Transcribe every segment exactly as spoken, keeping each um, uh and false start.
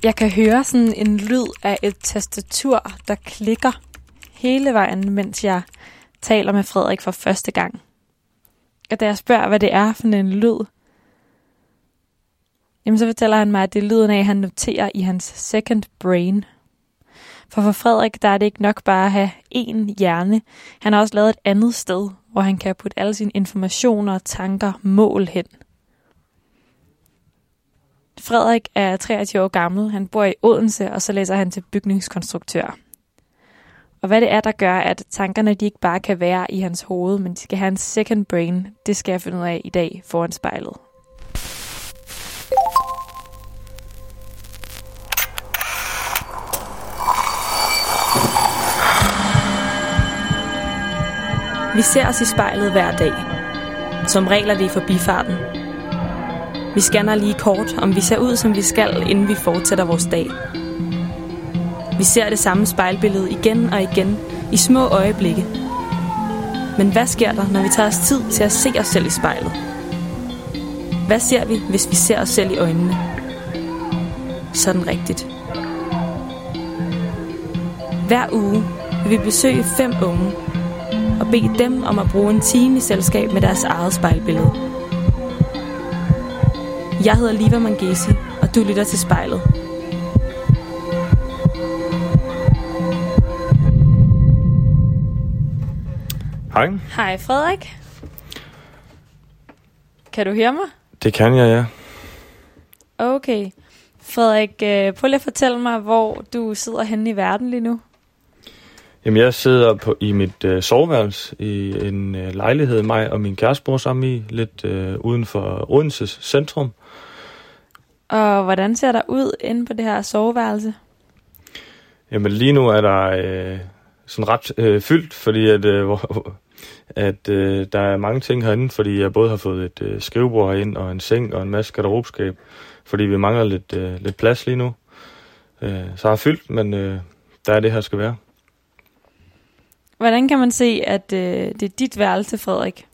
Jeg kan høre sådan en lyd af et tastatur, der klikker hele vejen, mens jeg taler med Frederik for første gang. Og da jeg spørger, hvad det er for en lyd, jamen så fortæller han mig, at det er lyden af, at han noterer i hans second brain. For for Frederik, der er det ikke nok bare at have én hjerne. Han har også lavet et andet sted, hvor han kan putte alle sine informationer, tanker, mål hen. Frederik er treogtyve år gammel, han bor i Odense, og så læser han til bygningskonstruktør. Og hvad det er, der gør, at tankerne de ikke bare kan være i hans hoved, men de skal have en second brain, det skal jeg finde ud af i dag foran spejlet. Vi ser os i spejlet hver dag. Som regel er det i forbifarten. Vi scanner lige kort, om vi ser ud, som vi skal, inden vi fortsætter vores dag. Vi ser det samme spejlbillede igen og igen, i små øjeblikke. Men hvad sker der, når vi tager os tid til at se os selv i spejlet? Hvad ser vi, hvis vi ser os selv i øjnene? Sådan rigtigt. Hver uge vil vi besøge fem unge og bede dem om at bruge en time i selskab med deres eget spejlbillede. Jeg hedder Liva Mangesi, og du lytter til Spejlet. Hej. Hej Frederik. Kan du høre mig? Det kan jeg, ja. Okay. Frederik, prøv lige at fortælle mig, hvor du sidder henne i verden lige nu. Jamen, jeg sidder på, i mit øh, soveværelse i en øh, lejlighed, mig og min kæreste bor sammen i, lidt øh, uden for Odenses centrum. Og hvordan ser der ud inde på det her soveværelse? Jamen, lige nu er der øh, sådan ret øh, fyldt, fordi at, øh, hvor, at øh, der er mange ting herinde, fordi jeg både har fået et øh, skrivebord herinde og en seng og en masse garderobeskab, fordi vi mangler lidt, øh, lidt plads lige nu. Øh, så er fyldt, men øh, der er det her skal være. Hvordan kan man se, at øh, det er dit værelse, Frederik?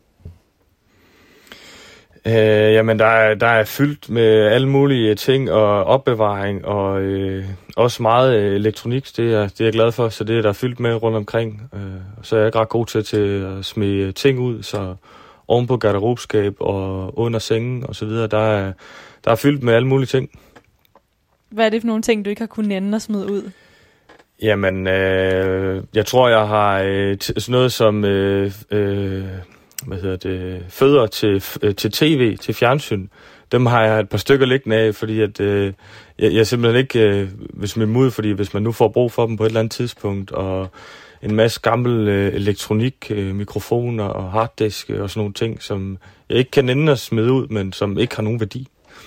Øh, jamen, der er, der er fyldt med alle mulige ting og opbevaring, og øh, også meget øh, elektronik. Det er, det er jeg glad for, så det er der fyldt med rundt omkring. Øh, så er jeg ikke ret god til, til at smide ting ud, så oven på garderobeskab og under sengen og så videre, der er, der er fyldt med alle mulige ting. Hvad er det for nogle ting, du ikke har kunnet ende og smide ud? Jamen, øh, jeg tror, jeg har øh, t- sådan noget som øh, øh, hvad hedder det, fødder til, øh, til tv, til fjernsyn. Dem har jeg et par stykker liggende af, fordi at, øh, jeg, jeg simpelthen ikke øh, vil smide dem ud, fordi hvis man nu får brug for dem på et eller andet tidspunkt, og en masse gammel øh, elektronik, øh, mikrofoner og harddisk og sådan nogle ting, som jeg ikke kan ende at smide ud, men som ikke har nogen værdi.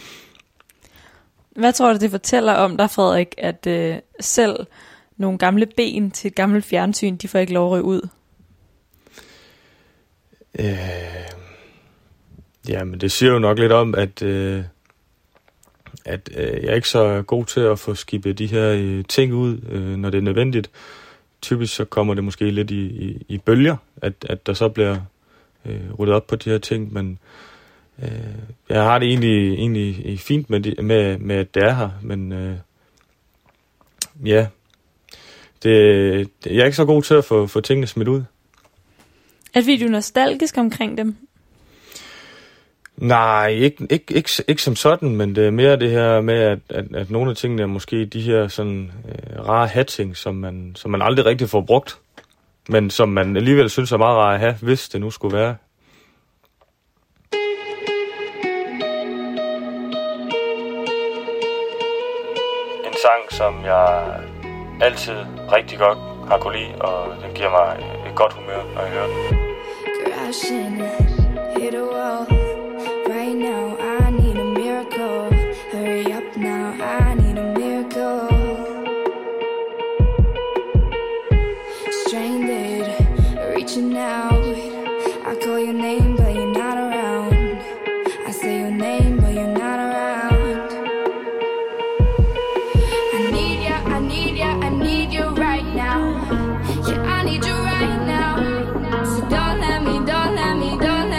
Hvad tror du, det fortæller om dig, Frederik, at øh, selv nogle gamle ben til et gammelt fjernsyn, de får ikke lov at ryge ud? Øh, ja, men det siger jo nok lidt om, at, øh, at øh, jeg er ikke så god til at få skibet de her øh, ting ud, øh, når det er nødvendigt. Typisk så kommer det måske lidt i, i, i bølger, at, at der så bliver øh, ryddet op på de her ting, men øh, jeg har det egentlig, egentlig fint med, de, med, med, at det er her, men øh, ja, det, jeg er ikke så god til at få, få tingene smidt ud. Er vi jo nostalgisk omkring dem? Nej, ikke, ikke, ikke, ikke som sådan, men det er mere det her med, at, at, at nogle af tingene er måske de her sådan øh, rare hatting, som man, som man aldrig rigtig får brugt, men som man alligevel synes er meget rare at have, hvis det nu skulle være. En sang, som jeg altid rigtig godt har kunne lide, og den giver mig et godt humør, når jeg hører den. Crashing, hit a wall. Right now, I need a miracle. Hurry up now, I need a miracle. Stranded, reaching out. I call your name, but you're not around. I say your name, but you're not around. I need ya, I need ya, I need you right now. Yeah, I need you right now. So don't let me, don't let me, don't let me.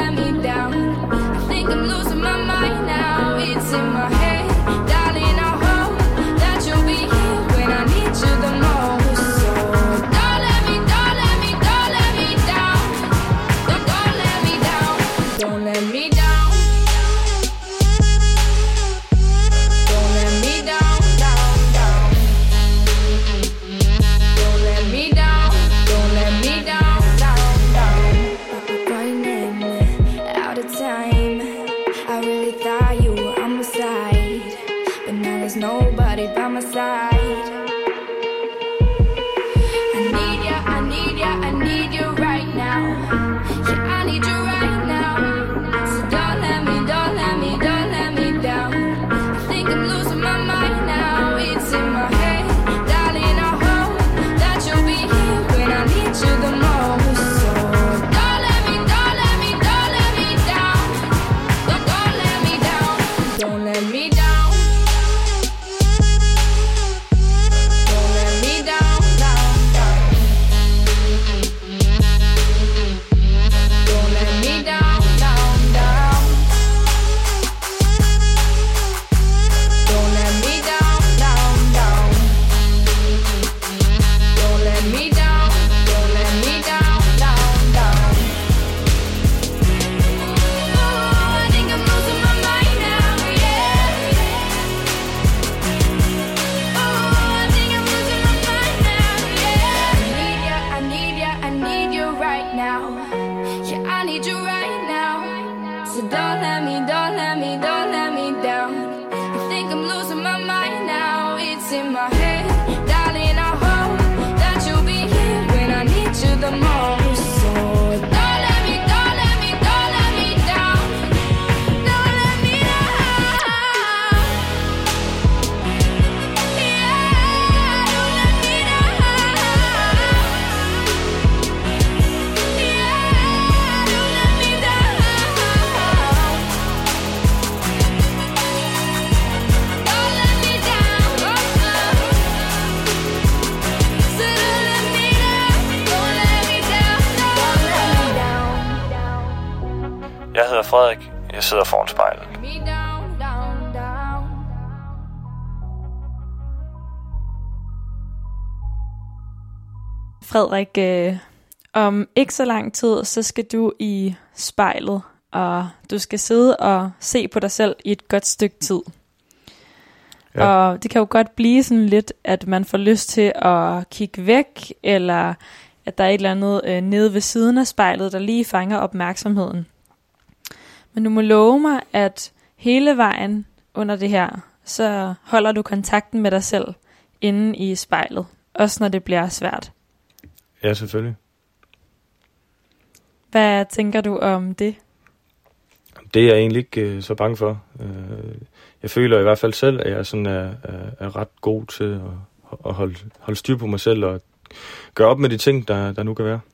by my side. I need ya, I need ya, I need you right now. Yeah, I need you right now. So don't let me, don't let me, don't let me down. I think I'm losing my mind now. It's in my head, darling, I hope that you'll be here when I need you the most. So don't let me, don't let me, don't let me down. Don't, don't let me down. Don't let me down. Don't let me down, down, down. Don't let me down, down, down. Don't let me down, down, down. Don't let me down, don't let me down, down, down. Oh, I think I'm losing my mind now, yeah. Oh, I think I'm losing my mind now, yeah. I need ya, I need ya, I need you right now. Yeah, I need you right now. So don't let me, don't let me, don't let me down. I think I'm losing my mind now. It's in my head, darling, I hope that you'll be here when I need you the most. So don't let me, don't let me, don't let me down. Don't let me down. Yeah, don't let me down. Yeah, don't let me down. Don't let me down. So don't let me down. Don't let me down. Don't let me down. Jeg hedder Frederik. Jeg sidder foran spejlet. Me down, down, down. Frederik, øh, om ikke så lang tid, så skal du i spejlet, og du skal sidde og se på dig selv i et godt stykke tid. Ja. Og det kan jo godt blive sådan lidt, at man får lyst til at kigge væk, eller at der er et eller andet øh, nede ved siden af spejlet, der lige fanger opmærksomheden. Men du må love mig, at hele vejen under det her, så holder du kontakten med dig selv inde i spejlet, også når det bliver svært. Ja, selvfølgelig. Hvad tænker du om det? Det er jeg egentlig ikke øh, så bange for. Øh, jeg føler i hvert fald selv, at jeg sådan er, er, er ret god til at, at holde, holde styr på mig selv og gøre op med de ting, der, der nu kan være.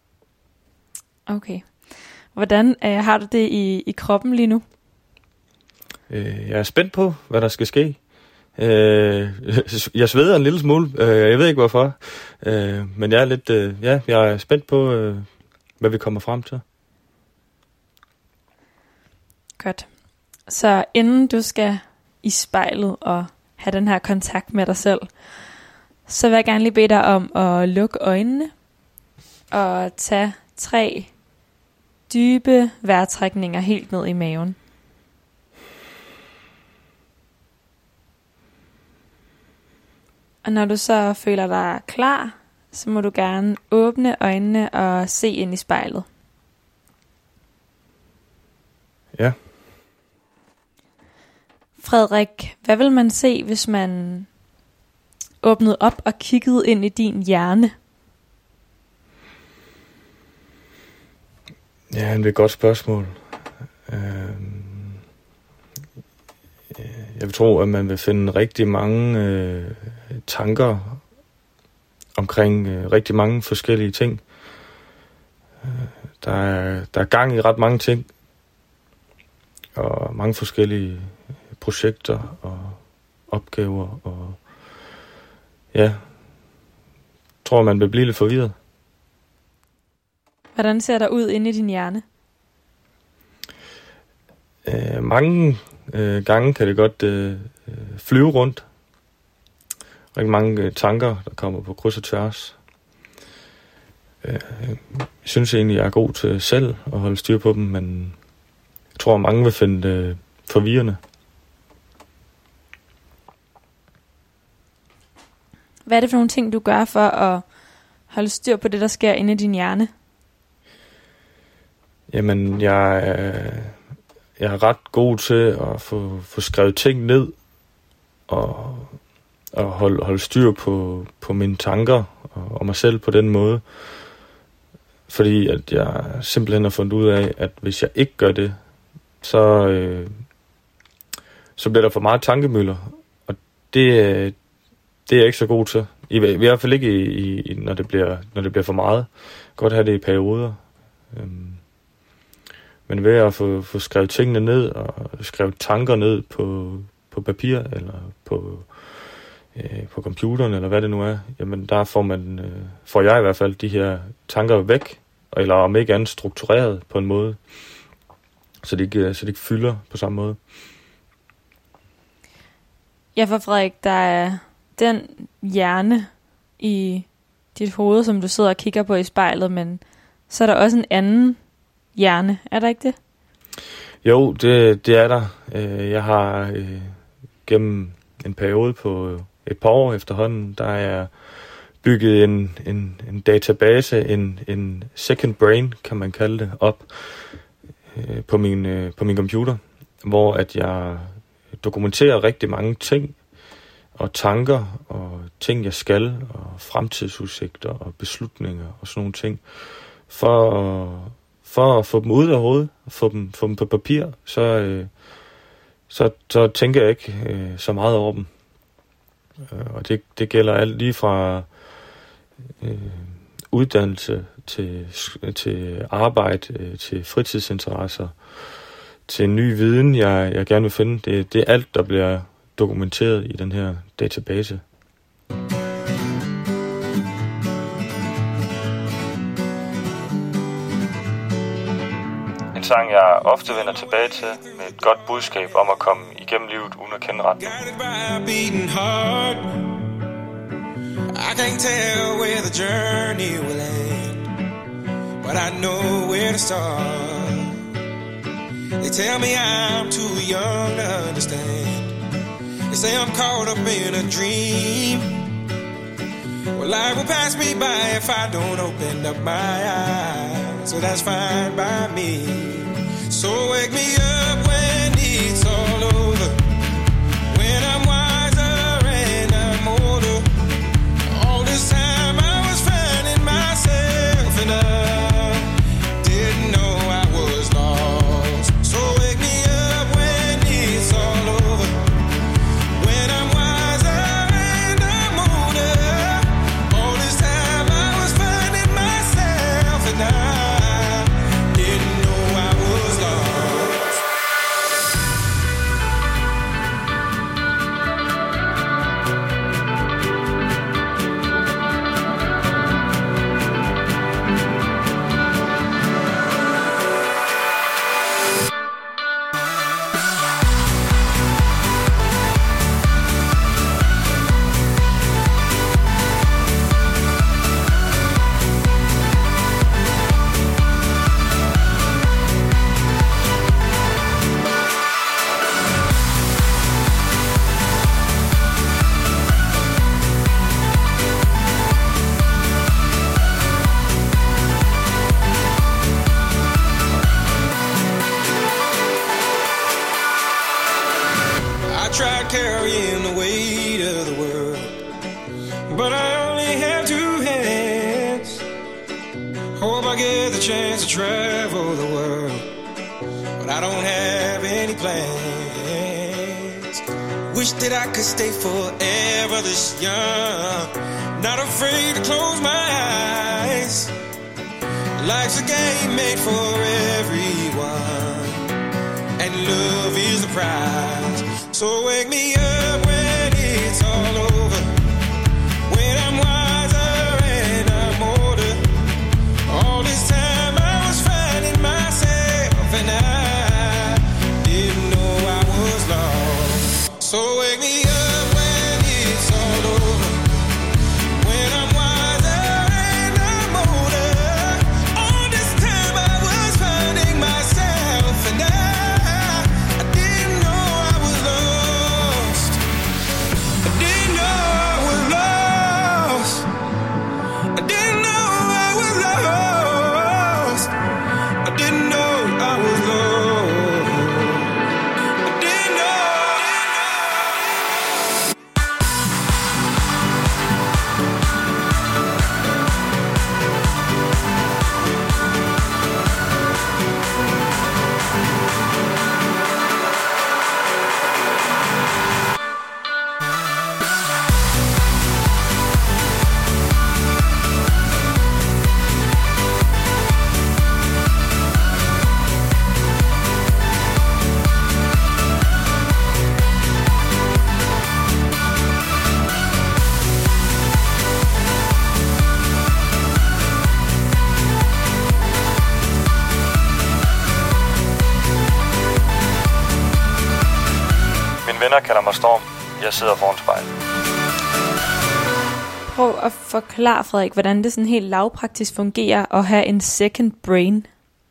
Okay. Hvordan øh, har du det i, i kroppen lige nu? Øh, jeg er spændt på, hvad der skal ske. Øh, jeg sveder en lille smule. Øh, jeg ved ikke hvorfor. Øh, men jeg er lidt, øh, ja, jeg er spændt på, øh, hvad vi kommer frem til. Godt. Så inden du skal i spejlet og have den her kontakt med dig selv, så vil jeg gerne lige bede dig om at lukke øjnene og tage tre dybe vejrtrækninger helt ned i maven. Og når du så føler dig klar, så må du gerne åbne øjnene og se ind i spejlet. Ja. Frederik, hvad vil man se, hvis man åbnede op og kiggede ind i din hjerne? Ja, det er et godt spørgsmål. Øh, jeg vil tro, at man vil finde rigtig mange øh, tanker omkring øh, rigtig mange forskellige ting. Øh, der, er, der er gang i ret mange ting, og mange forskellige projekter og opgaver, og ja, jeg tror, man vil blive lidt forvirret. Hvordan ser der ud inde i din hjerne? Øh, mange øh, gange kan det godt øh, flyve rundt. Rigtig mange øh, tanker, der kommer på kryds og tværs. Øh, jeg synes egentlig, jeg er god til selv at holde styr på dem, men jeg tror, mange vil finde det øh, forvirrende. Hvad er det for nogle ting, du gør for at holde styr på det, der sker inde i din hjerne? Jamen, jeg er, jeg er ret god til at få, få skrevet ting ned, og at holde, holde styr på, på mine tanker og, og mig selv på den måde. Fordi at jeg simpelthen har fundet ud af, at hvis jeg ikke gør det, så, øh, så bliver der for meget tankemøller. Og det, det er jeg ikke så god til. I, i hvert fald ikke, i, i, når, det bliver, når det bliver for meget. Godt have det i perioder. Øhm, men ved at få, få skrevet tingene ned, og skrevet tanker ned på, på papir, eller på, øh, på computeren, eller hvad det nu er, jamen der får man, øh, får jeg i hvert fald de her tanker væk, eller om ikke andet struktureret på en måde, så det ikke, så det ikke fylder på samme måde. Ja, for Frederik, der er den hjerne i dit hoved, som du sidder og kigger på i spejlet, men så er der også en anden hjerne, er der ikke det? Jo, det, det er der. Jeg har øh, gennem en periode på et par år efterhånden, der er bygget en, en, en database, en, en second brain, kan man kalde det, op øh, på, min, øh, på min computer, hvor at jeg dokumenterer rigtig mange ting, og tanker, og ting, jeg skal, og fremtidsudsigter, og beslutninger, og sådan nogle ting, for, for at få dem ud af hovedet, og få dem, få dem på papir, så, øh, så, så tænker jeg ikke øh, så meget over dem. Og det, det gælder alt lige fra øh, uddannelse til, til arbejde, øh, til fritidsinteresser, til ny viden, jeg, jeg gerne vil finde. Det, det er alt, der bliver dokumenteret i den her database. En sang, jeg ofte vender tilbage til med et godt budskab om at komme igennem livet uden at kende retning. I can't tell where the journey will end, but I know where to start. They tell me I'm too young to understand. They say I'm caught up in a dream. Well, life will pass me by if I don't open up my eyes. So that's fine by me. So wake me up when it's all over, when I'm wiser and I'm older. All this time I was finding myself and I didn't know I was lost. So wake me up when it's all over, when I'm wiser and I'm older. All this time I was finding myself and I didn't know I was lost. I tried carrying the weight of the world, but I only have two hands. Hope I get the chance to travel the world, but I don't have any plans. Wish that I could stay forever this young, not afraid to close my eyes. Life's a game made for everyone, and love is the prize. So wake me up when it's all over, when I'm wiser and I'm older. All this time I was finding myself and I didn't know I was lost. So wake me up when it's all over, when I'm wiser and I'm older. All this time I was finding myself and I Mine venner kalder mig Storm. Jeg sidder foran spejlet. Prøv at forklare, Frederik, hvordan det sådan helt lavpraktisk fungerer at have en second brain.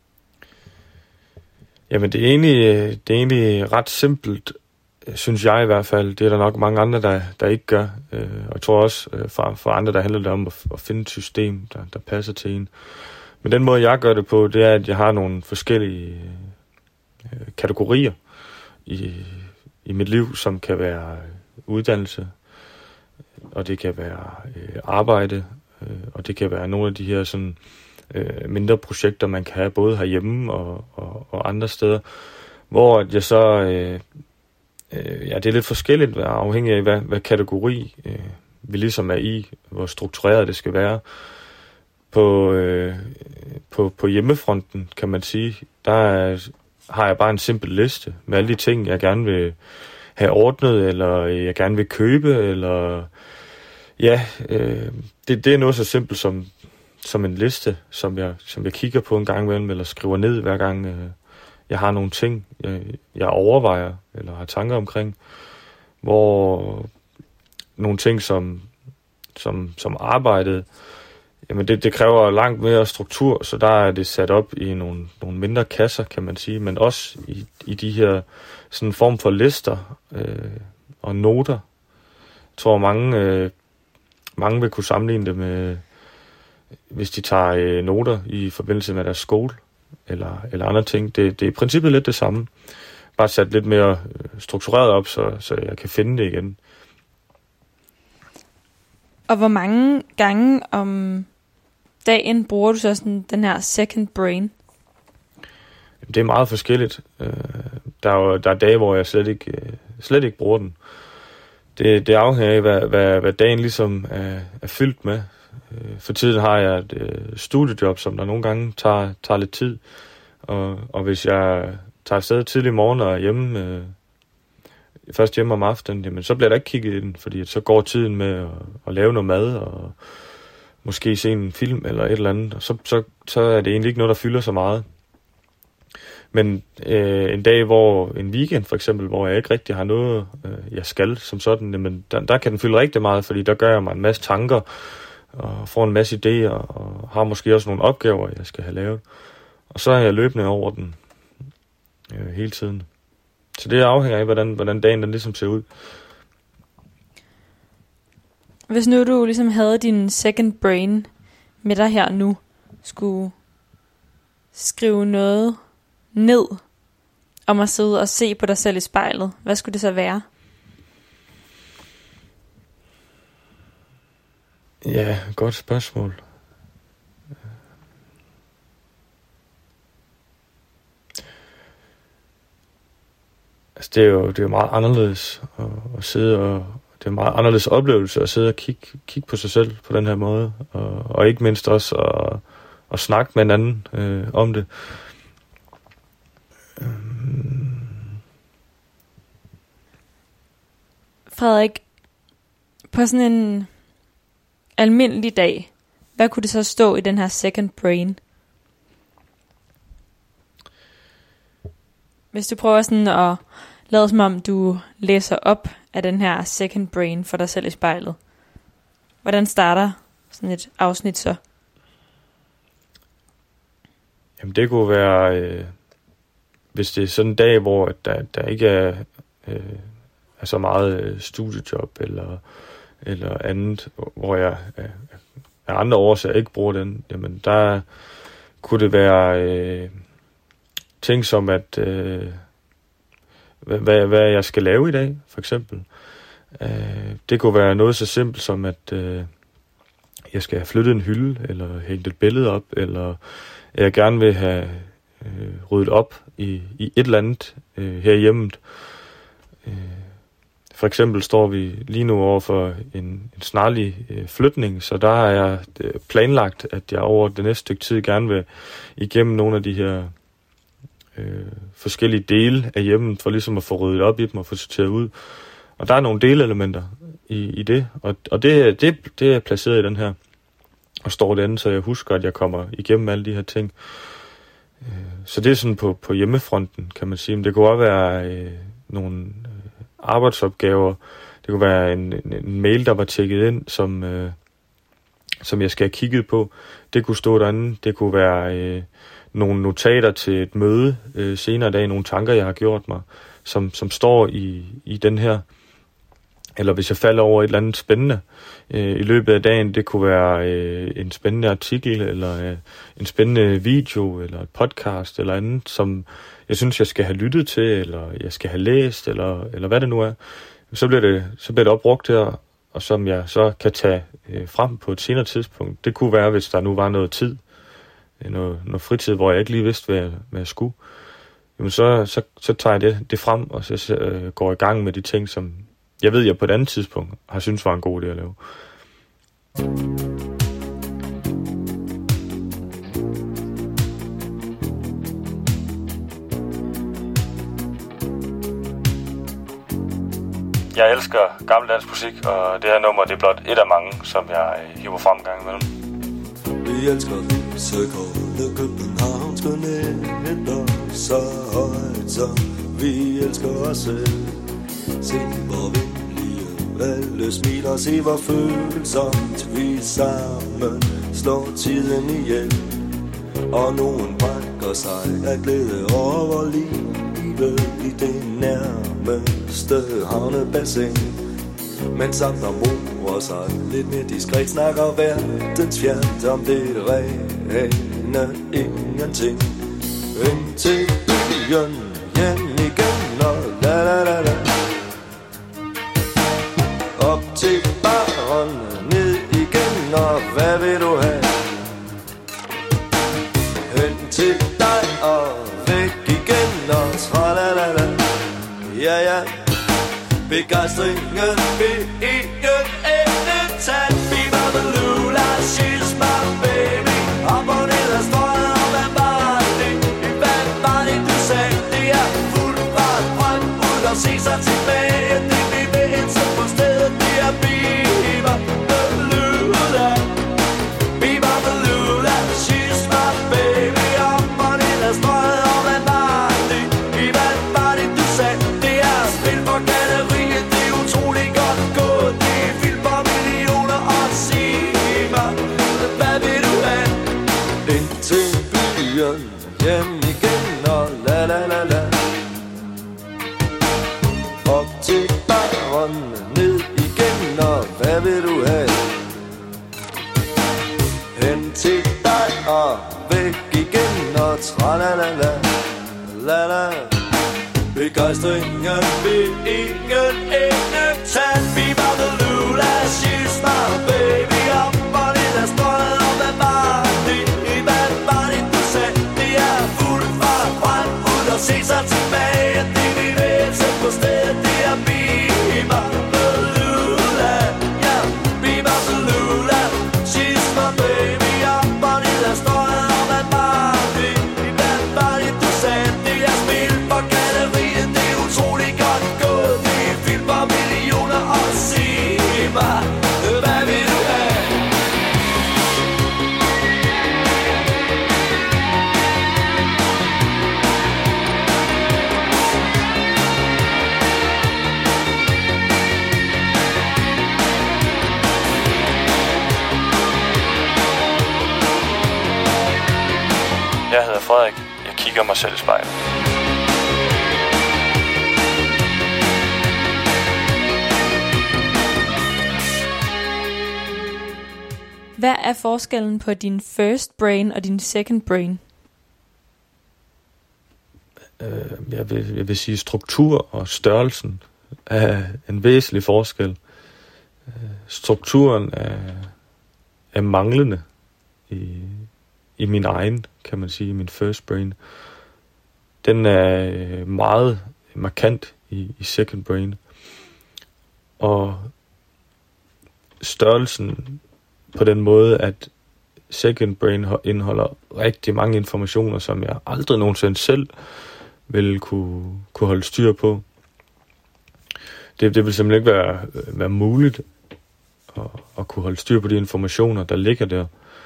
Jamen, det er egentlig, det er egentlig ret simpelt, synes jeg i hvert fald. Det er der nok mange andre, der, der ikke gør. Og jeg tror også, for, for andre, der handler det om at, at finde et system, der, der passer til en. Men den måde, jeg gør det på, det er, at jeg har nogle forskellige øh, kategorier i, i mit liv, som kan være uddannelse, og det kan være øh, arbejde, øh, og det kan være nogle af de her sådan, øh, mindre projekter, man kan have både herhjemme og, og, og andre steder, hvor jeg så, øh, øh, ja, det er lidt forskelligt afhængig af, hvad, hvad kategori øh, vi ligesom er i, hvor struktureret det skal være. På, øh, på, på hjemmefronten, kan man sige, der er, har jeg bare en simpel liste med alle de ting, jeg gerne vil have ordnet, eller jeg gerne vil købe, eller ja, øh, det, det er noget så simpelt som, som en liste, som jeg, som jeg kigger på en gang imellem, eller skriver ned hver gang øh, jeg har nogle ting, jeg, jeg overvejer, eller har tanker omkring, hvor nogle ting som, som, som arbejdet, jamen det, det kræver langt mere struktur, så der er det sat op i nogle, nogle mindre kasser, kan man sige, men også i, i de her sådan en form for lister øh, og noter. Jeg tror, mange, øh, mange vil kunne sammenligne det med, hvis de tager øh, noter i forbindelse med deres skole eller, eller andre ting. Det, det er i princippet lidt det samme, bare sat lidt mere struktureret op, så, så jeg kan finde det igen. Og hvor mange gange om dagen bruger du så sådan den her second brain? Det er meget forskelligt. Der er, jo, der er dage, hvor jeg slet ikke, slet ikke bruger den. Det, det afhænger af, hvad, hvad, hvad dagen ligesom er, er fyldt med. For tiden har jeg et studiejob, som der nogle gange tager, tager lidt tid. Og, og hvis jeg tager afsted tidlig morgen og er hjemme, først hjemme om aftenen, jamen, så bliver der ikke kigget i den, fordi så går tiden med at, at lave noget mad og måske se en film eller et eller andet, og så, så, så er det egentlig ikke noget, der fylder så meget. Men øh, en dag, hvor en weekend for eksempel, hvor jeg ikke rigtig har noget, øh, jeg skal som sådan, jamen, der, der kan den fylde rigtig meget, fordi der gør jeg mig en masse tanker og får en masse idéer og har måske også nogle opgaver, jeg skal have lavet. Og så er jeg løbende over den øh, hele tiden. Så det afhænger af, hvordan, hvordan dagen den ligesom ser ud. Hvis nu du ligesom havde din second brain med dig her nu, skulle skrive noget ned om at sidde og se på dig selv i spejlet, hvad skulle det så være? Ja, godt spørgsmål. Altså, det er jo det er meget anderledes at, at sidde og det er en meget anderledes oplevelse at sidde og kigge, kigge på sig selv på den her måde, og, og ikke mindst også at, at snakke med en anden øh, om det. Frederik, på sådan en almindelig dag, hvad kunne det så stå i den her second brain? Hvis du prøver sådan at lade som om du læser op af den her second brain for dig selv i spejlet. Hvordan starter sådan et afsnit så? Jamen det kunne være, øh, hvis det er sådan en dag, hvor der, der ikke er, øh, er så meget øh, studiejob eller, eller andet, hvor jeg øh, af andre årsager ikke bruger den, jamen der kunne det være øh, ting som at øh, Hvad, hvad jeg skal lave i dag, for eksempel. Øh, det kunne være noget så simpelt som, at øh, jeg skal have flyttet en hylde, eller hængt et billede op, eller jeg gerne vil have øh, ryddet op i, i et eller andet øh, herhjemme. Øh, for eksempel står vi lige nu over for en, en snarlig øh, flytning, så der har jeg øh, planlagt, at jeg over det næste stykke tid gerne vil igennem nogle af de her Øh, forskellige dele af hjemmet, for ligesom at få ryddet op i dem og få sorteret ud. Og der er nogle delelementer i, i det, og, og det, det, det er placeret i den her, og står derinde, så jeg husker, at jeg kommer igennem alle de her ting. Øh, så det er sådan på, på hjemmefronten, kan man sige. Men det kunne også være øh, nogle, øh, arbejdsopgaver. Det kunne være en, en, en mail, der var tjekket ind, som, øh, som jeg skal have kigget på. Det kunne stå derinde. Det kunne være øh, nogle notater til et møde øh, senere i dag, nogle tanker, jeg har gjort mig, som, som står i, i den her. Eller hvis jeg falder over et eller andet spændende øh, i løbet af dagen, det kunne være øh, en spændende artikel, eller øh, en spændende video, eller et podcast, eller andet, som jeg synes, jeg skal have lyttet til, eller jeg skal have læst, eller, eller hvad det nu er. Så bliver det, så bliver det opbrugt her, og som jeg så kan tage øh, frem på et senere tidspunkt. Det kunne være, hvis der nu var noget tid, noget, noget fritid, hvor jeg ikke lige vidste, hvad jeg, hvad jeg skulle. Jamen så, så, så tager jeg det, det frem, og så øh, går i gang med de ting, som jeg ved, jeg på et andet tidspunkt har syntes var en god idé at lave. Jeg elsker gammeldansk musik, og det her nummer, det er blot et af mange, som jeg hiver frem en gang imellem. Vi elsker lysekolde københavnske nætter, så højt som vi elsker os selv. Se hvor venlige alle smiler, se hvor følsomt vi sammen slår tiden ihjel. Og nogen brækker sig af glæde over livet i det nærmeste havnebassin. Mens andre morer sig lidt mere diskret, snakker verdens fjernt om det rene ingenting. Ind til byen, hjem igen og la la la la. Op til baren, ned igen og hvad vil du have? Hen til dig og væk igen og tralalala. Ja ja, begejstringen vil ingen ende tage. Viva the Lula, she's my baby. Op og ned ad strøget, og hvad var det? Hvad var det du sagde? Det er fuld fart frem ud og se sig tilbage. Det vi vil hilse på stedet, det er Viva the Lula. Viva the Lula, she's my baby. Op og ned ad strøget, og hvad var det? Hvad var det du sagde? Det er spil for galleriet, det er utrolig godt gået. Det er film for millioner og sig mig, hvad vil du have? Ind til byen, hjem igen og la la la la. Op til baren, ned igen og hvad vil du have? Hen til dig og væk igen og tralalala, la la. Begejstringen vil ingen ende tage. Viva the Lula, she's my baby. Op og ned ad strøget, og hvad var det? Hvad var det du sagde? Det er fuld fart frem ud og se sig tilbage. Det vi vil sætte på stedet, det er Viva the Lula. Ja, Viva the Lula, she's my baby. Op og ned ad strøget, og hvad var det? Hvad var det du sagde? Det er spil for galleriet, det er utrolig godt gået. Det er film for millioner og sig mig, hvad vil du have? Jeg hedder Frederik. Jeg kigger mig selv i spejlet. Hvad er forskellen på din first brain og din second brain? Øh, jeg, vil, jeg vil sige, struktur og størrelsen er en væsentlig forskel. Øh, strukturen er, er manglende i, i min egen, kan man sige, min first brain. Den er meget markant i, i second brain. Og størrelsen på den måde, at second brain indeholder rigtig mange informationer, som jeg aldrig nogensinde selv vil kunne, kunne holde styr på. Det, det vil simpelthen ikke være, være muligt at, at kunne holde styr på de informationer, der ligger der.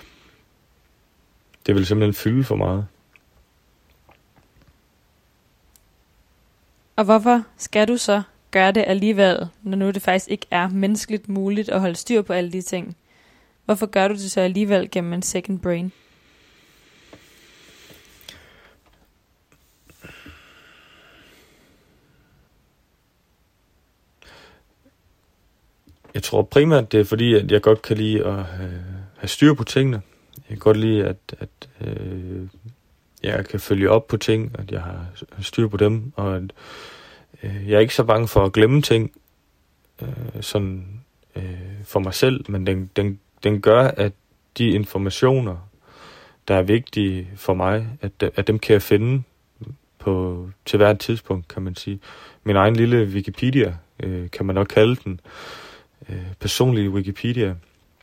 Det vil simpelthen fylde for meget. Og hvorfor skal du så gør det alligevel, når nu det faktisk ikke er menneskeligt muligt at holde styr på alle de ting? Hvorfor gør du det så alligevel gennem en second brain? Jeg tror primært, det er fordi, at jeg godt kan lide at have, have styr på tingene. Jeg kan godt lide, at, at øh, jeg kan følge op på ting, at jeg har styr på dem, og at øh, jeg er ikke så bange for at glemme ting øh, sådan øh, for mig selv, men den, den, den gør, at de informationer, der er vigtige for mig, at, at dem kan jeg finde på til hvert tidspunkt, kan man sige. Min egen lille Wikipedia, øh, kan man nok kalde den, øh, personlige Wikipedia.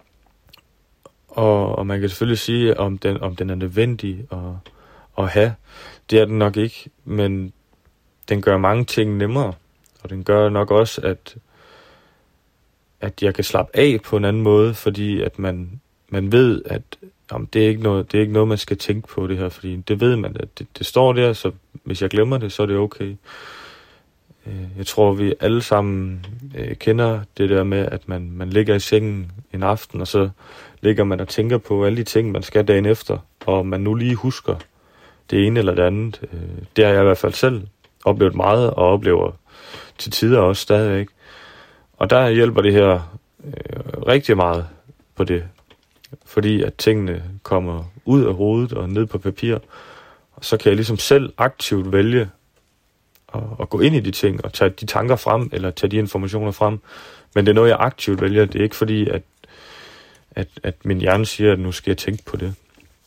Og, og man kan selvfølgelig sige, om den, om den er nødvendig at, at have. Det er den nok ikke, men den gør mange ting nemmere. Og den gør nok også, at, at jeg kan slappe af på en anden måde, fordi at man, man ved, at jamen, det, er ikke noget, det er ikke noget, man skal tænke på det her. Fordi det ved man, at det, det står der, så hvis jeg glemmer det, så er det okay. Jeg tror, vi alle sammen øh, kender det der med, at man, man ligger i sengen en aften, og så ligger man og tænker på alle de ting, man skal dagen efter, og man nu lige husker det ene eller det andet. Øh, det har jeg i hvert fald selv oplevet meget, og oplever til tider også stadigvæk. Og der hjælper det her øh, rigtig meget på det, fordi at tingene kommer ud af hovedet og ned på papir, og så kan jeg ligesom selv aktivt vælge Og, og gå ind i de ting, og tage de tanker frem, eller tage de informationer frem. Men det er noget, jeg aktivt vælger. Det er ikke fordi, at, at, at min hjerne siger, at nu skal jeg tænke på det.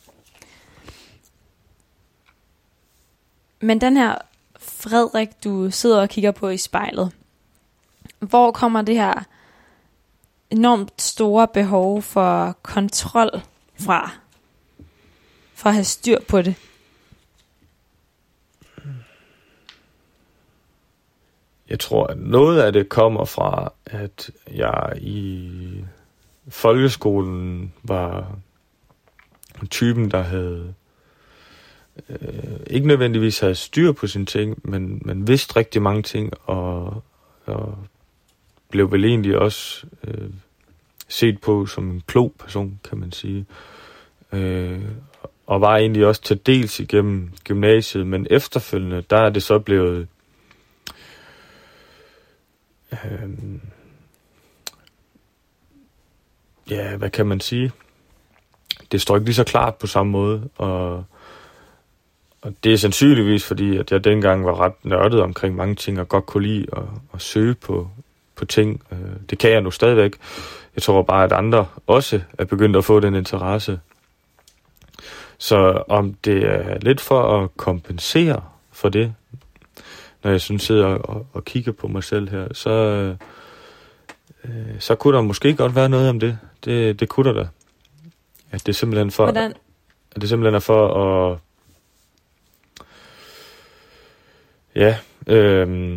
Men den her Frederik, du sidder og kigger på i spejlet, hvor kommer det her enormt store behov for kontrol fra? For at have styr på det? Jeg tror, at noget af det kommer fra, at jeg i folkeskolen var typen, der havde øh, ikke nødvendigvis havde styr på sine ting, men, men vidste rigtig mange ting, og, og blev vel egentlig også øh, set på som en klog person, kan man sige. Øh, og var egentlig også til dels igennem gymnasiet, men efterfølgende, der er det så blevet Øhm, ja, hvad kan man sige? Det står ikke lige så klart på samme måde, og, og det er sandsynligvis fordi, at jeg dengang var ret nørdet omkring mange ting, og godt kunne lide at, at søge på, på ting. Det kan jeg nu stadigvæk. Jeg tror bare, at andre også er begyndt at få den interesse. Så om det er lidt for at kompensere for det, når jeg sådan sidder og, og kigger på mig selv her, så, øh, så kunne der måske godt være noget om det. Det, det kunne der da. At det simpelthen for, Hvordan? at det simpelthen er for at, ja, øh,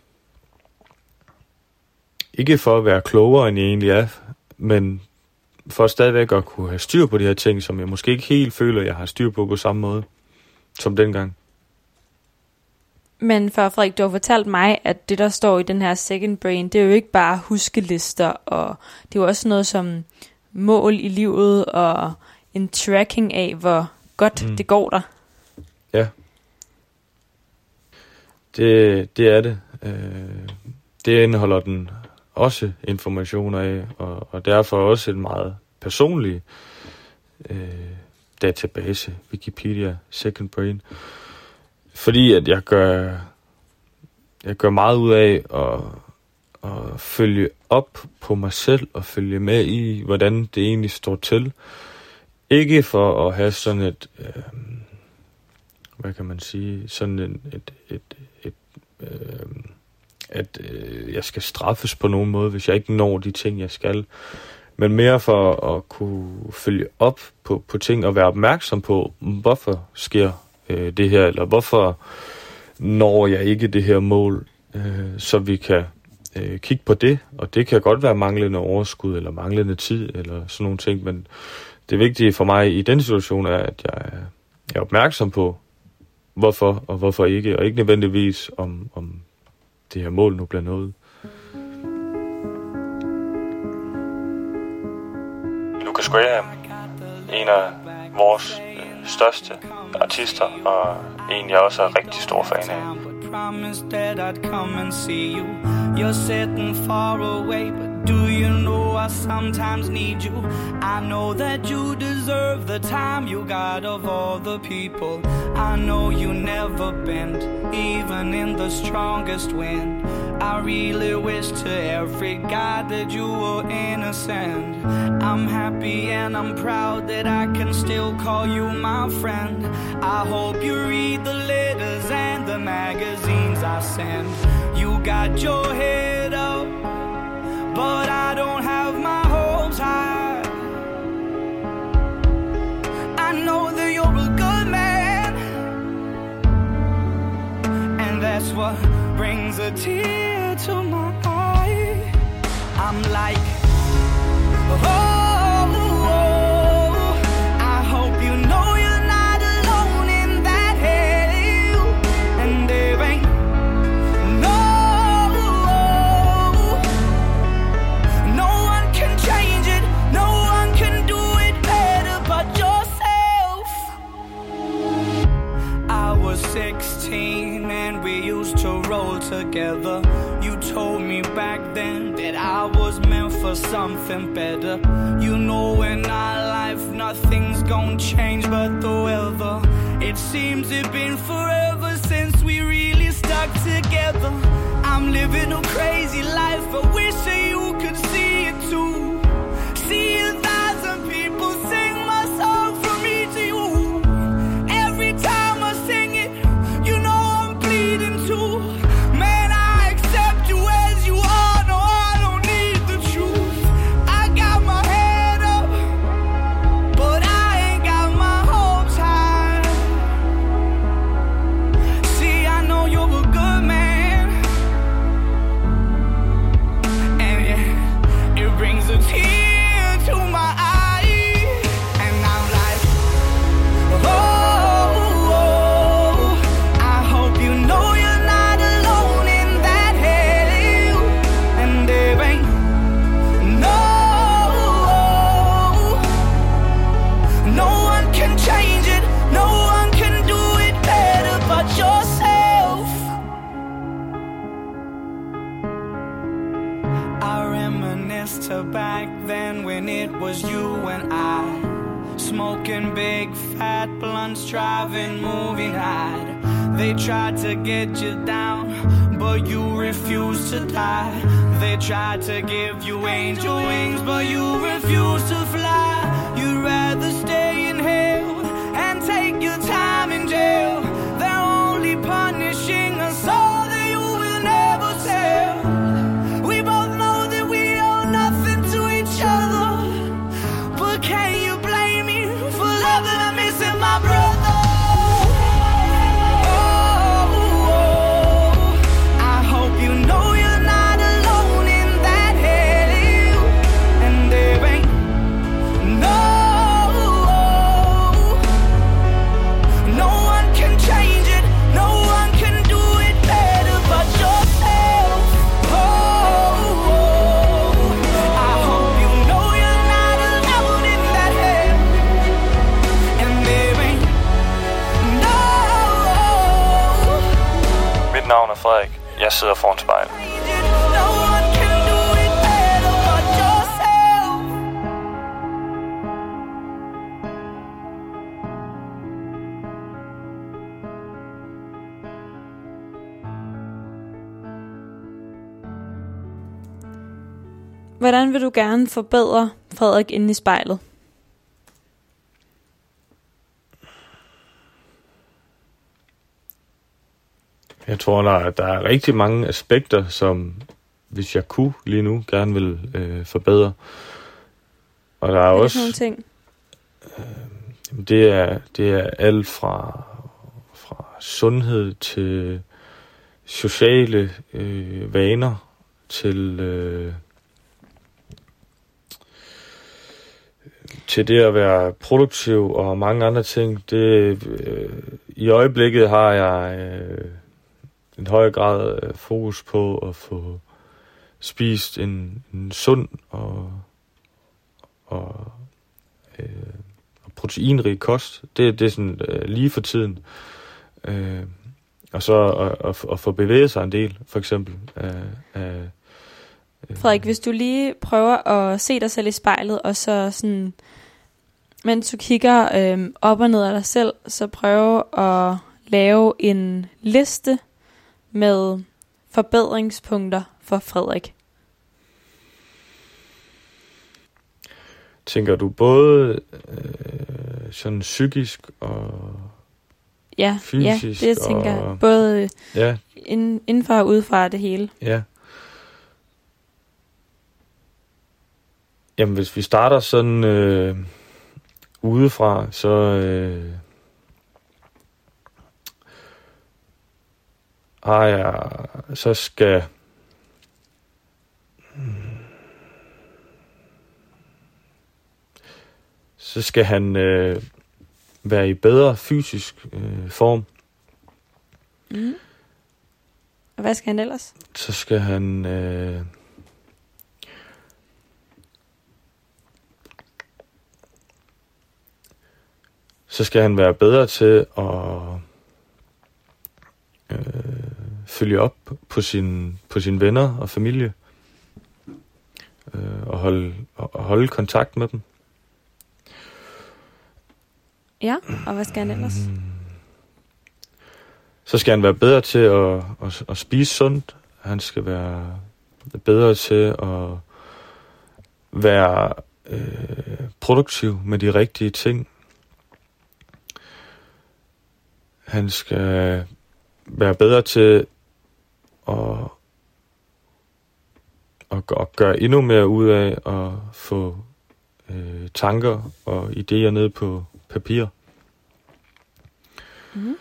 ikke for at være klogere, end jeg egentlig er, men for stadigvæk at kunne have styr på de her ting, som jeg måske ikke helt føler, jeg har styr på på samme måde som dengang. Men for Frederik, du har fortalt mig, at det, der står i den her second brain, det er jo ikke bare huskelister, og det er jo også noget som mål i livet, og en tracking af, hvor godt mm. det går der. Ja. Det, det er det. Det indeholder den også informationer af, og, og derfor også en meget personlig øh, database, Wikipedia, second brain. Fordi at jeg gør, jeg gør meget ud af at, at følge op på mig selv og følge med i, hvordan det egentlig står til. Ikke for at have sådan et, øh, hvad kan man sige, sådan en, et, et, et, øh, at øh, jeg skal straffes på nogen måde, hvis jeg ikke når de ting, jeg skal. Men mere for at kunne følge op på, på ting og være opmærksom på, hvorfor sker det her, eller hvorfor når jeg ikke det her mål, øh, så vi kan øh, kigge på det, og det kan godt være manglende overskud, eller manglende tid, eller sådan nogle ting, men det vigtige for mig i den situation er, at jeg er opmærksom på, hvorfor og hvorfor ikke, og ikke nødvendigvis om, om det her mål nu bliver nået. Lucas Graham, en af vores øh, største artister, og en jeg også er rigtig stor fan af. Promised that I'd come and see you. You're sitting far away, but do you know I sometimes need you? I know that you deserve the time you got of all the people. I know you never bend, even in the strongest wind. I really wish to every guy that you were innocent. I'm happy and I'm proud that I can still call you my friend. I hope you read the letters and the magazines I send. You got your head up, but I don't have my hopes high. I know that you're a good man, and that's what brings a tear to my eye. I'm like, oh, oh, oh, I hope you know you're not alone in that hell, and there ain't no, no one can change it, no one can do it better but yourself. I was sixteen and we used to roll together. You told me back then that I was meant for something better. You know in our life nothing's gonna change but the weather. It seems it's been forever since we really stuck together. I'm living a crazy life, I wish that you could see it too. See a thousand people sing my song from me to you. Every time I sing it, you know I'm bleeding too. Man, I accept you as you are, no I don't need the truth. I got my head up, but I ain't got my hopes high. See, I know you're a good man, and yeah, it brings a tear to my eye, and I'm like, oh, oh, I hope you know you're not alone in that hell, and there ain't no, no one can change it, no one can do it better but yourself. I reminisce to back then when it was you and I, smoking big fat blunts, driving moving high. They tried to get you down, but you refused to die. They tried to give you angel wings, but you refused to fly. You'd rather stay in hell and take your time in jail. They're only punishing us so that you will never tell. We both know that we owe nothing to each other, but can you blame me for loving and missing my brother? Oh, oh, I hope you know you're not alone in that hell, and there ain't no, no one can change it, no one can do it better but yourself. Oh, oh, I hope you know you're not alone in that hell, and there ain't no, Mit navn er Frederik. Jeg sidder foran spejlet. no one can do it better but yourself. Hvordan vil du gerne forbedre Frederik inde i spejlet? Jeg tror, der er, der er rigtig mange aspekter, som hvis jeg kunne lige nu, gerne vil øh, forbedre. Og der er Hvad er det også... for nogle ting? Jamen, Det er, det er alt fra, fra sundhed til sociale øh, vaner til, øh, til det at være produktiv og mange andre ting. Det, øh, I øjeblikket har jeg øh, en høj grad af fokus på at få spist en, en sund og, og, øh, og proteinrig kost. Det, det er sådan øh, lige for tiden. Øh, og så at, at, at få bevæget sig en del, for eksempel. Af, af, øh. Frederik, hvis du lige prøver at se dig selv i spejlet, og så sådan, mens du kigger øh, op og ned af dig selv, så prøve at lave en liste med forbedringspunkter for Frederik. Tænker du både øh, sådan psykisk og ja, fysisk? Ja, det jeg tænker og, både ja. ind, indenfor og udefra det hele. Ja. Jamen, hvis vi starter sådan øh, udefra, så øh, har jeg, så skal så skal han øh, være i bedre fysisk øh, form. Mm. Og hvad skal han ellers? Så skal han øh, så skal han være bedre til at øh, følge op på sin på sine venner og familie øh, og holde og holde kontakt med dem. Ja, og hvad skal han ellers? Så skal han være bedre til at, at, at spise sundt. Han skal være bedre til at være øh, produktiv med de rigtige ting. Han skal være bedre til at, at, at gøre endnu mere ud af at få øh, tanker og idéer ned på papir. Mm.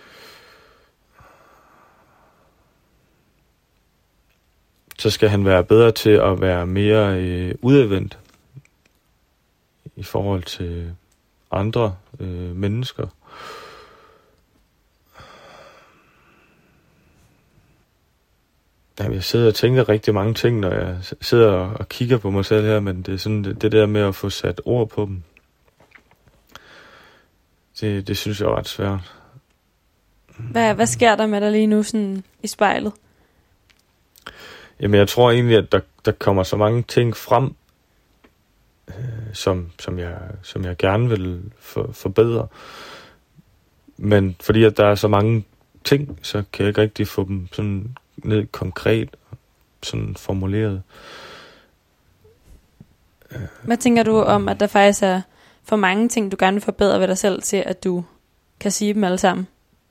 Så skal han være bedre til at være mere øh, udadvendt i forhold til andre øh, mennesker. Jamen, jeg sidder og tænker rigtig mange ting, når jeg sidder og kigger på mig selv her, men det er sådan det, det der med at få sat ord på dem. Det, det synes jeg er ret svært. Hvad, hvad sker der med dig lige nu sådan i spejlet? Jamen, jeg tror egentlig, at der, der kommer så mange ting frem, øh, som, som, jeg, som jeg gerne vil for, forbedre. Men fordi at der er så mange ting, så kan jeg ikke rigtig få dem sådan ned konkret, sådan formuleret. Hvad tænker du om, at der faktisk er for mange ting, du gerne vil forbedre ved dig selv, til at du kan sige dem alle sammen?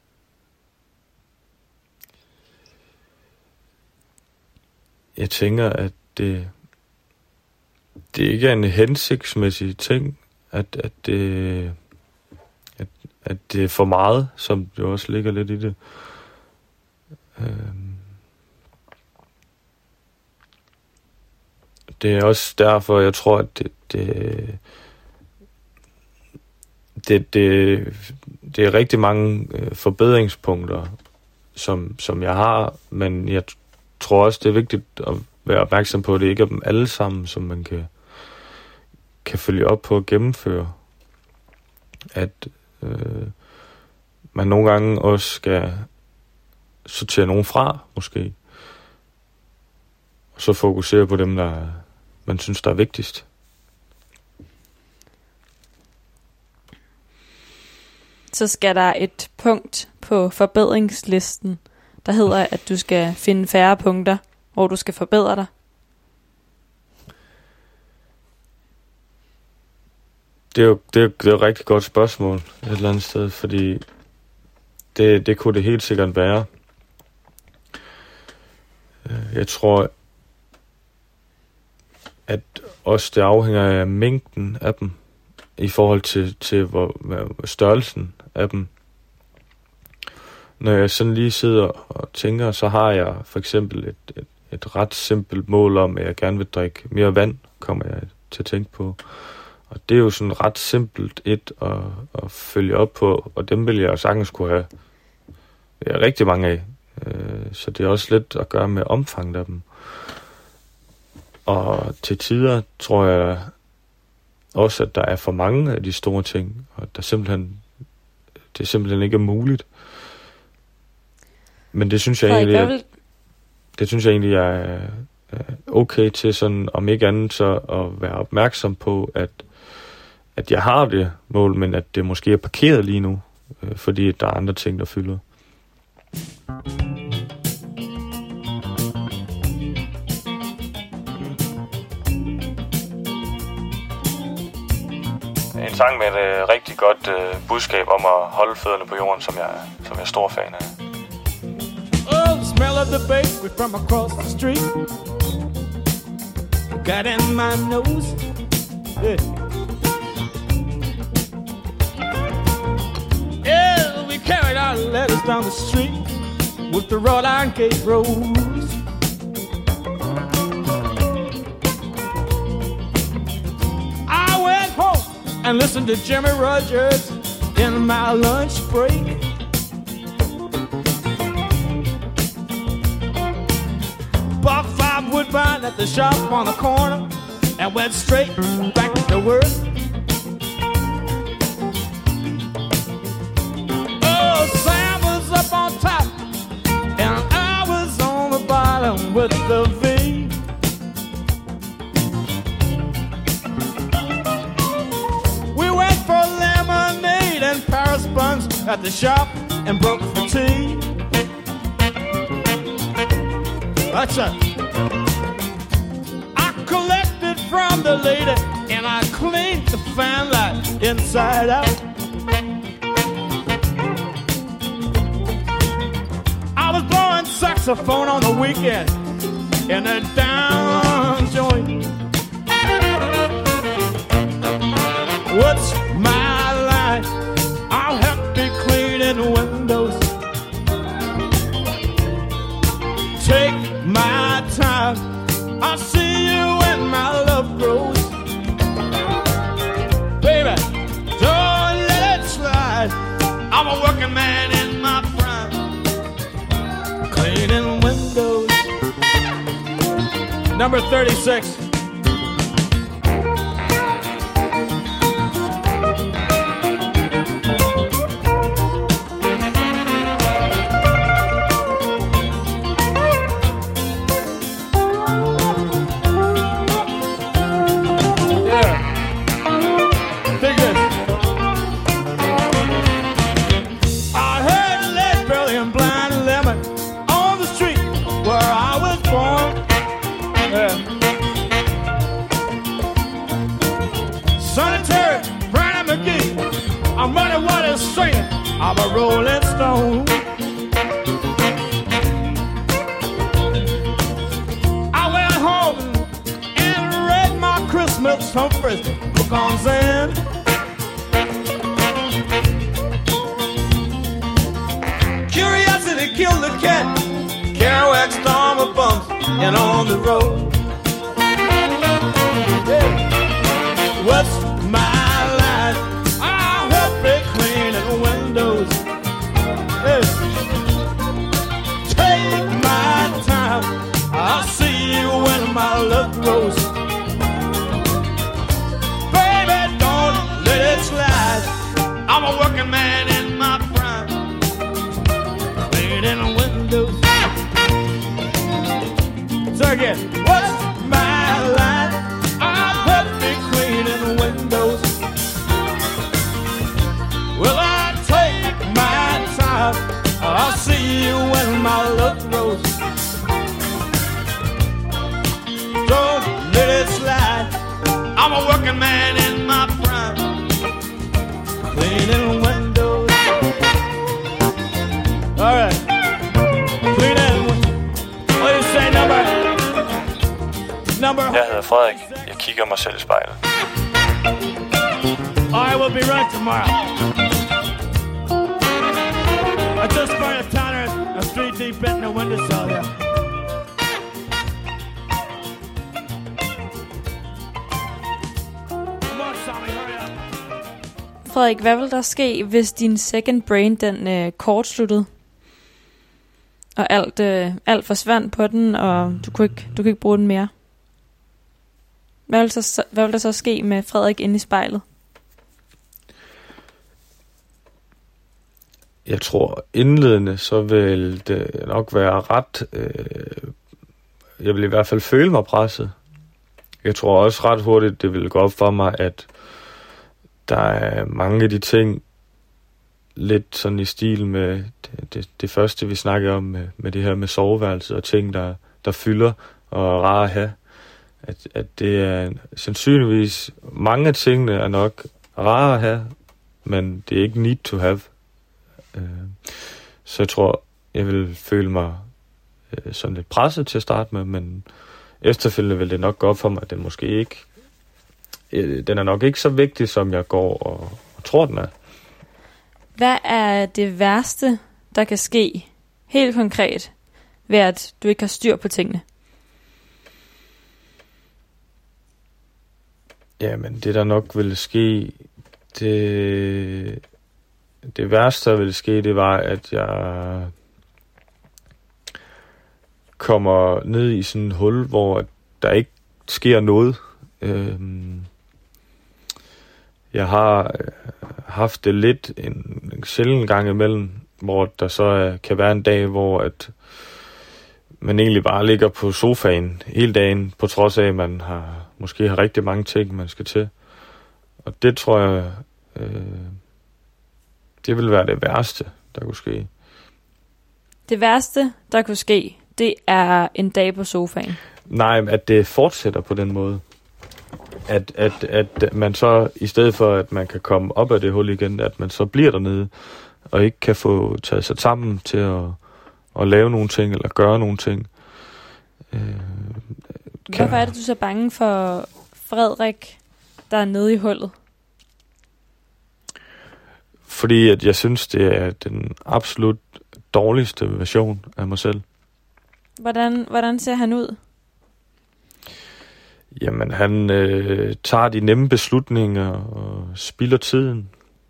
Jeg tænker, at det, det ikke er en hensigtsmæssig ting, at, at, det, at, at det er for meget, som jo også ligger lidt i det. Øhm. Det er også derfor, jeg tror, at det, det, det, det, det er rigtig mange øh, forbedringspunkter, som, som jeg har, men jeg tror også, det er vigtigt at være opmærksom på, at det ikke er dem alle sammen, som man kan, kan følge op på at gennemføre. At øh, man nogle gange også skal sortere nogen fra, måske. Og så fokusere på dem, der man synes, der er vigtigst. Så skal der et punkt på forbedringslisten, der hedder, at du skal finde færre punkter, hvor du skal forbedre dig. Det er jo det er, det er et rigtig godt spørgsmål et eller andet sted, fordi det, det kunne det helt sikkert være. Jeg tror, at også det afhænger af mængden af dem, i forhold til, til hvor, størrelsen af dem. Når jeg sådan lige sidder og tænker, så har jeg for eksempel et, et, et ret simpelt mål om, at jeg gerne vil drikke mere vand, kommer jeg til at tænke på. Og det er jo sådan ret simpelt et at, at følge op på, og dem vil jeg sagtens kunne have ja, rigtig mange af. Øh, så det er også lidt at gøre med omfanget af dem. Og til tider tror jeg også, at der er for mange af de store ting, og der simpelthen, det simpelthen ikke er muligt. Men det synes jeg Frederik, egentlig, hvad at, vil- det synes jeg egentlig er er okay til sådan, om ikke andet så at være opmærksom på, at, at jeg har det mål, men at det måske er parkeret lige nu, øh, fordi der er andre ting, der fylder. En sang med et øh, rigtig godt øh, budskab om at holde fødderne på jorden, som jeg, som jeg er stor fan af. Oh, the smell of the bakery from across the street got in my nose. Yeah. Yeah, we carried our letters down the street with the wrought iron gate roads. I went home and listened to Jimmy Rogers in my lunch break. Bought five Woodbine at the shop on the corner and went straight back to work. Oh, Sam was up on top and I was on the bottom with the V. We went for lemonade and Paris buns at the shop and broke for tea. That's it. I collected from the lady and I cleaned the fan light inside out. I was blowing saxophone on the weekend in a down joint. What's my line? I'll help you cleaning windows. Take my time, I'll see you when my love grows. Baby, don't let it slide. I'm a working man in my prime, cleaning windows. Number thirty-six. I'm running what is singing. I'm a rolling stone. I went home and read my Christmas Humphreys book on Zen. Curiosity killed the cat. Kerouac storm of bumps and on the road. Yeah. What's my line? I'll help it cleaning windows. Yeah. Take my time. I'll see you when my love grows. Baby, don't let it slide. I'm a working man in my prime, cleaning windows. So again, what's my line? I'll help it cleaning windows. Well, I take my time. I'll see you when my love grows. Don't let it slide. I'm a working man in my prime, cleaning windows. All right, cleaning. What do you say, number? Number. Jeg hedder Frederik. Jeg kigger mig selv i spejlet. I will be right tomorrow. I just burned a toner a street deep in the windowsill here. Come on, Tommy, hurry up. Frederik, hvad vil der ske, hvis din second brain den øh, kortsluttede? og alt, øh, alt forsvandt på den, og du kunne ikke, du kunne ikke bruge den mere. Hvad vil, så, hvad vil der så ske med Frederik inde i spejlet? Jeg tror indledende, så vil det nok være ret... Øh, jeg vil i hvert fald føle mig presset. Jeg tror også ret hurtigt, det vil gå op for mig, at der er mange af de ting, lidt sådan i stil med det, det, det første, vi snakkede om, med, med det her med soveværelset og ting, der, der fylder og er rare at have. At, at det er sandsynligvis, mange af tingene er nok rare at have, men det er ikke need to have. Så jeg tror, jeg vil føle mig sådan lidt presset til at starte med, men efterfølgende vil det nok gå op for mig, at den måske ikke, den er nok ikke så vigtig, som jeg går og, og tror, den er. Hvad er det værste, der kan ske, helt konkret, ved at du ikke har styr på tingene? Jamen, det der nok ville ske, det, det værste, der ville ske, det var, at jeg kommer ned i sådan et hul, hvor der ikke sker noget. Øhm, jeg har haft det lidt en, en sjælden gang imellem, hvor der så er, kan være en dag, hvor at man egentlig bare ligger på sofaen hele dagen, på trods af, at man har, måske har rigtig mange ting, man skal til. Og det tror jeg, øh, det vil være det værste, der kunne ske. Det værste, der kunne ske, det er en dag på sofaen. Nej, at det fortsætter på den måde. At, at, at man så, i stedet for at man kan komme op af det hul igen, at man så bliver dernede, og ikke kan få taget sig sammen til at, at lave nogle ting, eller gøre nogle ting. Øh, kan... Hvorfor er det, du er så bange for Frederik, der er nede i hullet? Fordi at jeg synes, det er den absolut dårligste version af mig selv. Hvordan, hvordan ser han ud? Jamen, han øh, tager de nemme beslutninger og spilder tiden.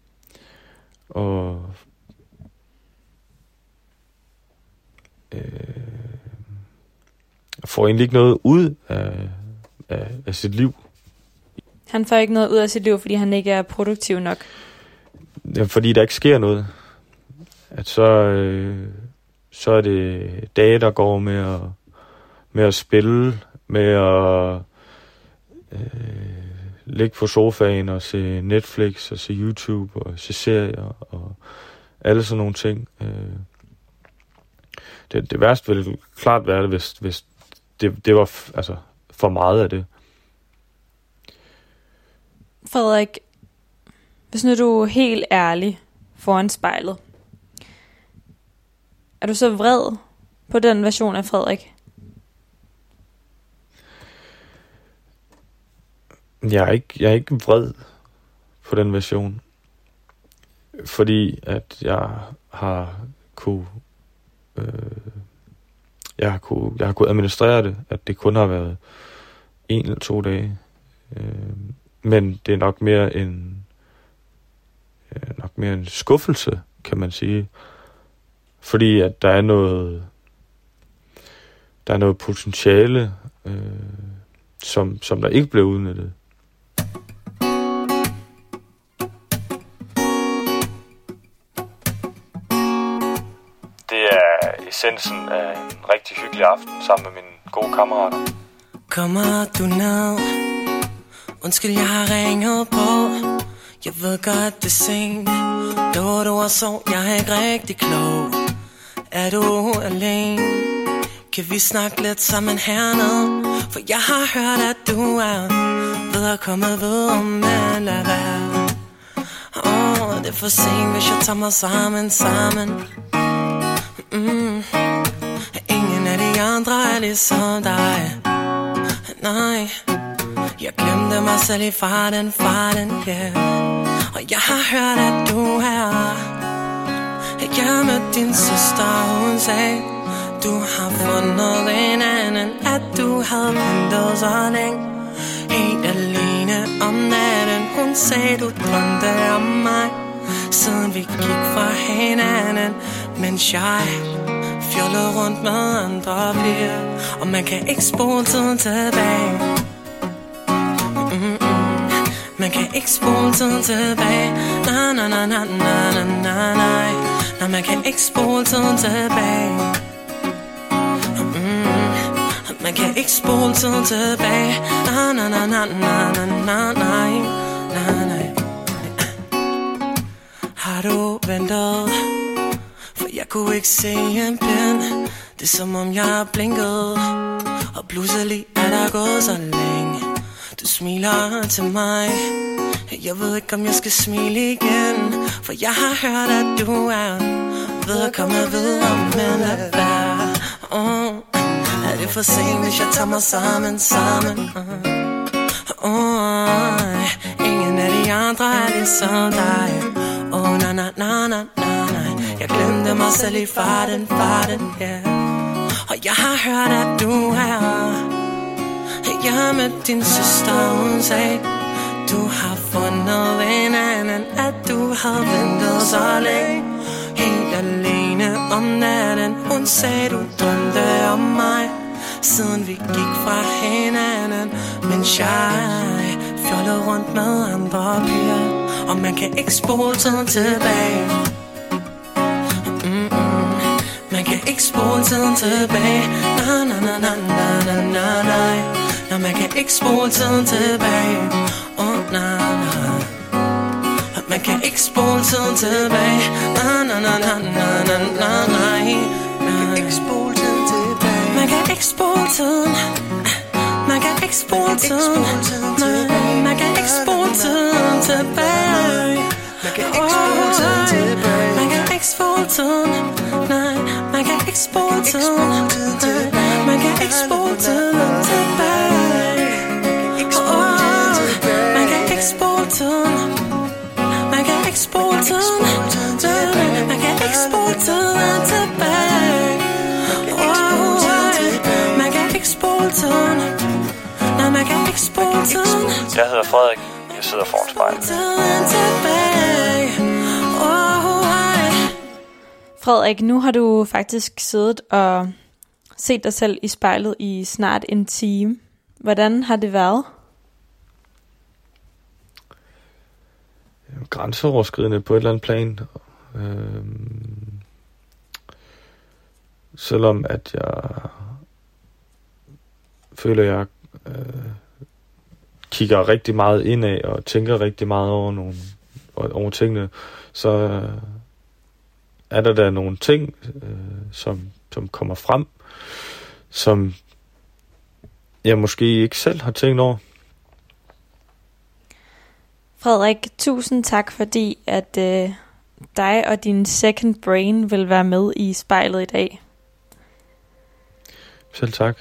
Og øh, får egentlig ikke noget ud af, af, af sit liv. Han får ikke noget ud af sit liv, fordi han ikke er produktiv nok. Ja, fordi der ikke sker noget. At så, øh, så er det dage, der går med at, med at spille, med at øh, ligge på sofaen og se Netflix og se YouTube og se serier og alle sådan nogle ting. Øh, det, det værste ville klart være det, hvis, hvis det, det var f- altså, for meget af det. Frederik, hvis nu du er helt ærlig foran spejlet, er du så vred på den version af Frederik? Jeg er ikke, jeg er ikke vred på den version, fordi at jeg har kunne, øh, jeg har kunne, jeg har kunne administrere det, at det kun har været en eller to dage, øh, men det er nok mere en, øh, nok mere en skuffelse, kan man sige, fordi at der er noget, der er noget potentiale, øh, som, som der ikke blev udnyttet. Det er essensen af en rigtig hyggelig aften sammen med mine gode kammerater. Kommer du ned? Undskyld, jeg har ringet på. Jeg ved godt, det er sent. Lover du og så, jeg er ikke rigtig klog. Er du alene? Kan vi snakke lidt sammen hernede? For jeg har hørt, at du er ved at komme videre, men lad være. Åh, oh, det er for sent, hvis jeg tager mig sammen, sammen. Mm. Ingen af de andre er ligesom dig. Nej, jeg glemte mig selv i farten, farten, yeah. Og jeg har hørt, at du er jeg med din søster, hun sagde du har fundet en anden, at du havde ventet så længe. Helt alene om natten, hun sagde du drømte om mig, siden vi gik fra hinanden. Mens jeg fjoller rundt med andre piger. Og man kan ikke spole tiden tilbage. Mm-mm. Man kan ikke spole tiden tilbage. Na na na na na na na na. Nej, man kan ikke spole tiden tilbage. Mm-mm. Man kan ikke spole tiden tilbage. Na na na na na na na na na na. Har du ventet? For jeg kunne ikke se en pind. Det er som om jeg blinkede. Og pludselig er der gået så længe. Du smiler til mig. Jeg ved ikke om jeg skal smile igen. For jeg har hørt at du er ved at komme videre. Men lad være. oh. Er det for sent hvis jeg tager mig sammen sammen? uh. oh. Ingen af de andre er ligesom dig. Oh na na na na na na. Jeg glemte mig selv i farten, farten, yeah. Og jeg har hørt at du er hjemme med din søster. Hun sagde du har fundet en anden. At du har ventet så længe. Helt alene om natten. Hun sagde du drømte om mig siden vi gik fra hinanden. Mens jeg fjollede rundt med andre piger. Og man kan ikke spole tiden tilbage. Mm-mm. Man kan ikke spole tiden tilbage. Na na na na na na na na. Nå, man kan ikke spole tiden tilbage. Oh na na. Man kan ikke spole tiden tilbage. Na na na na na na na na. Man kan ikke spole tiden tilbage. Man kan ikke spole tiden. Man kan ikke spole tiden. Man kan ikke spole tiden tilbage. Man kan ikke spole tiden tilbage. Man kan ikke spole tiden. Nej, man kan ikke spole tiden. Man kan ikke spole tiden tilbage. Man kan ikke spole tiden. Man kan ikke spole tiden. Man kan ikke spole tiden tilbage. Man kan ikke spole tiden. Nej, man kan ikke spole tiden. Jeg hedder Frederik. Jeg sidder foran spejlet. Frederik, nu har du faktisk siddet og set dig selv i spejlet i snart en time. Hvordan har det været? Grænseoverskridende på et eller andet plan. Øhm, selvom at jeg føler, jeg øh, kigger rigtig meget indad og tænker rigtig meget over nogle over tingene, så øh, er der da nogle ting, øh, som, som kommer frem, som jeg måske ikke selv har tænkt over. Frederik, tusind tak, fordi at øh, dig og din second brain vil være med i spejlet i dag. Selv tak.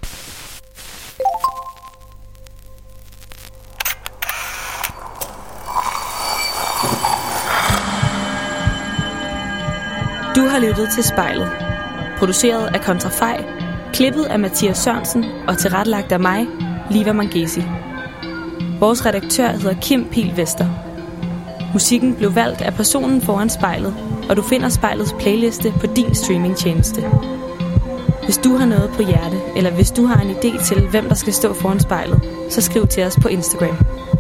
Du har lyttet til Spejlet. Produceret af Kontrafej, klippet af Mathias Sørensen og tilrettelagt af mig, Liva Mangesi. Vores redaktør hedder Kim Pihl Vester. Musikken blev valgt af personen foran spejlet, og du finder spejlets playliste på din streamingtjeneste. Hvis du har noget på hjerte, eller hvis du har en idé til, hvem der skal stå foran spejlet, så skriv til os på Instagram.